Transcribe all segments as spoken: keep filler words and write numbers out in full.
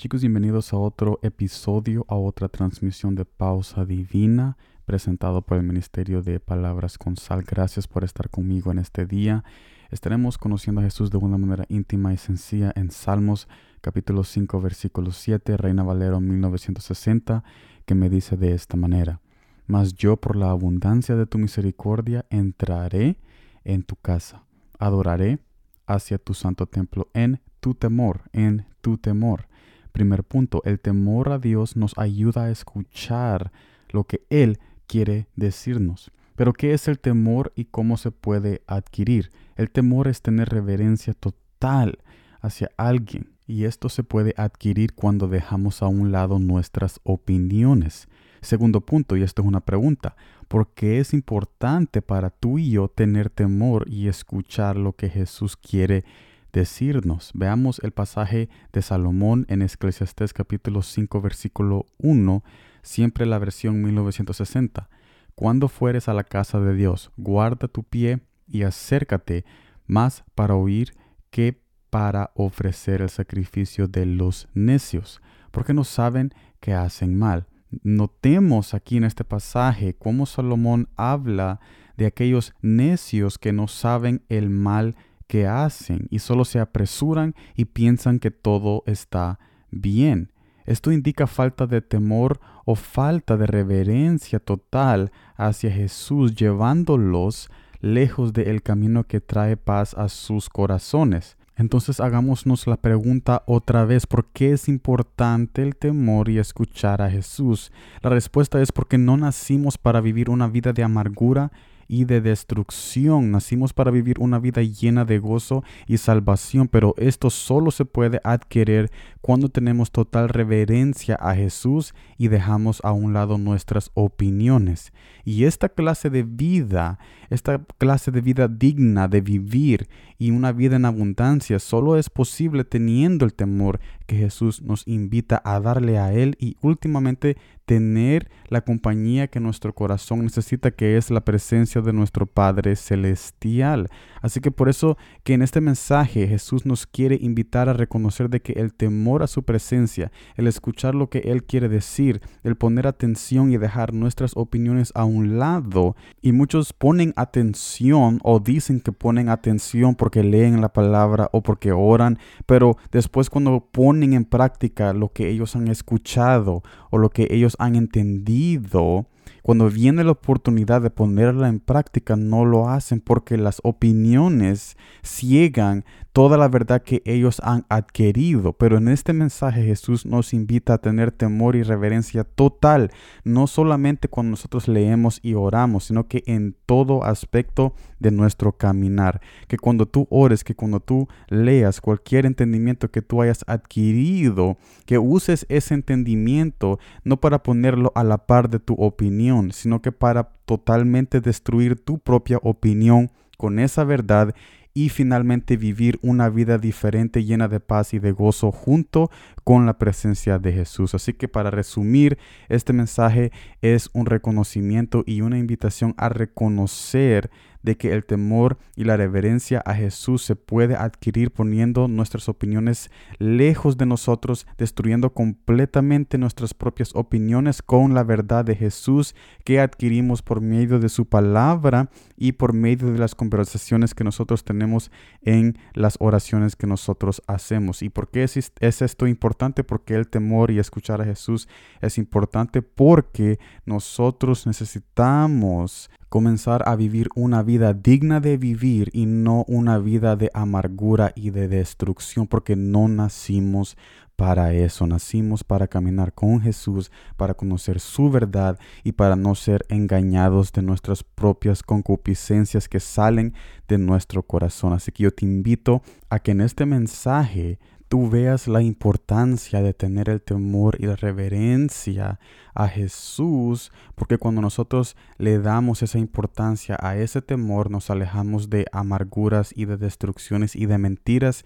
Chicos, bienvenidos a otro episodio, a otra transmisión de Pausa Divina, presentado por el Ministerio de Palabras con Sal. Gracias por estar conmigo en este día. Estaremos conociendo a Jesús de una manera íntima y sencilla en Salmos, capítulo cinco, versículo siete, Reina Valero mil novecientos sesenta, que me dice de esta manera: Mas yo, por la abundancia de tu misericordia, entraré en tu casa, adoraré hacia tu santo templo en tu temor, en tu temor. Primer punto, el temor a Dios nos ayuda a escuchar lo que Él quiere decirnos. Pero ¿qué es el temor y cómo se puede adquirir? El temor es tener reverencia total hacia alguien, y esto se puede adquirir cuando dejamos a un lado nuestras opiniones. Segundo punto, y esto es una pregunta: ¿por qué es importante para tú y yo tener temor y escuchar lo que Jesús quiere decirnos? Veamos el pasaje de Salomón en Eclesiastés capítulo cinco, versículo uno, siempre la versión mil novecientos sesenta. Cuando fueres a la casa de Dios, guarda tu pie y acércate más para oír que para ofrecer el sacrificio de los necios, porque no saben que hacen mal. Notemos aquí en este pasaje cómo Salomón habla de aquellos necios que no saben el mal que hacen y solo se apresuran y piensan que todo está bien. Esto indica falta de temor o falta de reverencia total hacia Jesús, llevándolos lejos del camino que trae paz a sus corazones. Entonces hagámonos la pregunta otra vez: ¿por qué es importante el temor y escuchar a Jesús? La respuesta es porque no nacimos para vivir una vida de amargura y de destrucción. Nacimos para vivir una vida llena de gozo y salvación, pero esto solo se puede adquirir cuando tenemos total reverencia a Jesús y dejamos a un lado nuestras opiniones. Y esta clase de vida, esta clase de vida digna de vivir y una vida en abundancia, solo es posible teniendo el temor que Jesús nos invita a darle a Él, y últimamente tener la compañía que nuestro corazón necesita, que es la presencia de nuestro Padre Celestial. Así que por eso que en este mensaje Jesús nos quiere invitar a reconocer de que el temor a su presencia, el escuchar lo que Él quiere decir, el poner atención y dejar nuestras opiniones a un lado. Y muchos ponen atención o dicen que ponen atención porque leen la palabra o porque oran, pero después cuando ponen en práctica lo que ellos han escuchado o lo que ellos han entendido, cuando viene la oportunidad de ponerla en práctica, no lo hacen porque las opiniones ciegan toda la verdad que ellos han adquirido. Pero en este mensaje Jesús nos invita a tener temor y reverencia total, no solamente cuando nosotros leemos y oramos, sino que en todo aspecto de nuestro caminar. Que cuando tú ores, que cuando tú leas, cualquier entendimiento que tú hayas adquirido, que uses ese entendimiento no para ponerlo a la par de tu opinión, sino que para totalmente destruir tu propia opinión con esa verdad y finalmente vivir una vida diferente, llena de paz y de gozo junto con la presencia de Jesús. Así que para resumir, este mensaje es un reconocimiento y una invitación a reconocer de que el temor y la reverencia a Jesús se puede adquirir poniendo nuestras opiniones lejos de nosotros, destruyendo completamente nuestras propias opiniones con la verdad de Jesús que adquirimos por medio de su palabra y por medio de las conversaciones que nosotros tenemos en las oraciones que nosotros hacemos. ¿Y por qué es, es esto importante? Porque el temor y escuchar a Jesús es importante porque nosotros necesitamos comenzar a vivir una vida digna de vivir y no una vida de amargura y de destrucción, porque no nacimos para eso. Nacimos para caminar con Jesús, para conocer su verdad y para no ser engañados de nuestras propias concupiscencias que salen de nuestro corazón. Así que yo te invito a que en este mensaje tú veas la importancia de tener el temor y la reverencia a Jesús, porque cuando nosotros le damos esa importancia a ese temor, nos alejamos de amarguras y de destrucciones y de mentiras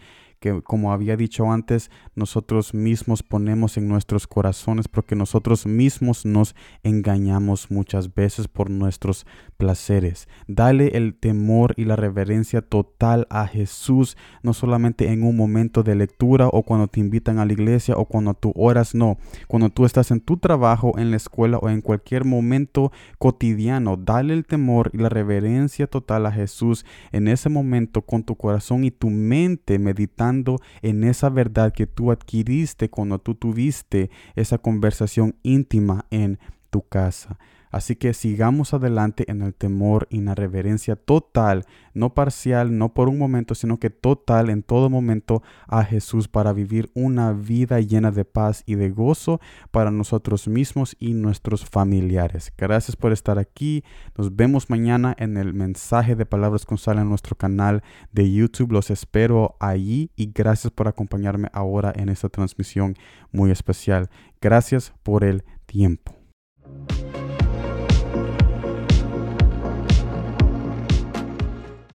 que, como había dicho antes, nosotros mismos ponemos en nuestros corazones, porque nosotros mismos nos engañamos muchas veces por nuestros placeres. Dale el temor y la reverencia total a Jesús, no solamente en un momento de lectura o cuando te invitan a la iglesia o cuando tú oras, no. Cuando tú estás en tu trabajo, en la escuela o en cualquier momento cotidiano, dale el temor y la reverencia total a Jesús en ese momento, con tu corazón y tu mente meditando en esa verdad que tú adquiriste cuando tú tuviste esa conversación íntima en tu casa. Así que sigamos adelante en el temor y la reverencia total, no parcial, no por un momento, sino que total en todo momento a Jesús, para vivir una vida llena de paz y de gozo para nosotros mismos y nuestros familiares. Gracias por estar aquí. Nos vemos mañana en el mensaje de Palabras con Sal en nuestro canal de YouTube. Los espero allí y gracias por acompañarme ahora en esta transmisión muy especial. Gracias por el tiempo.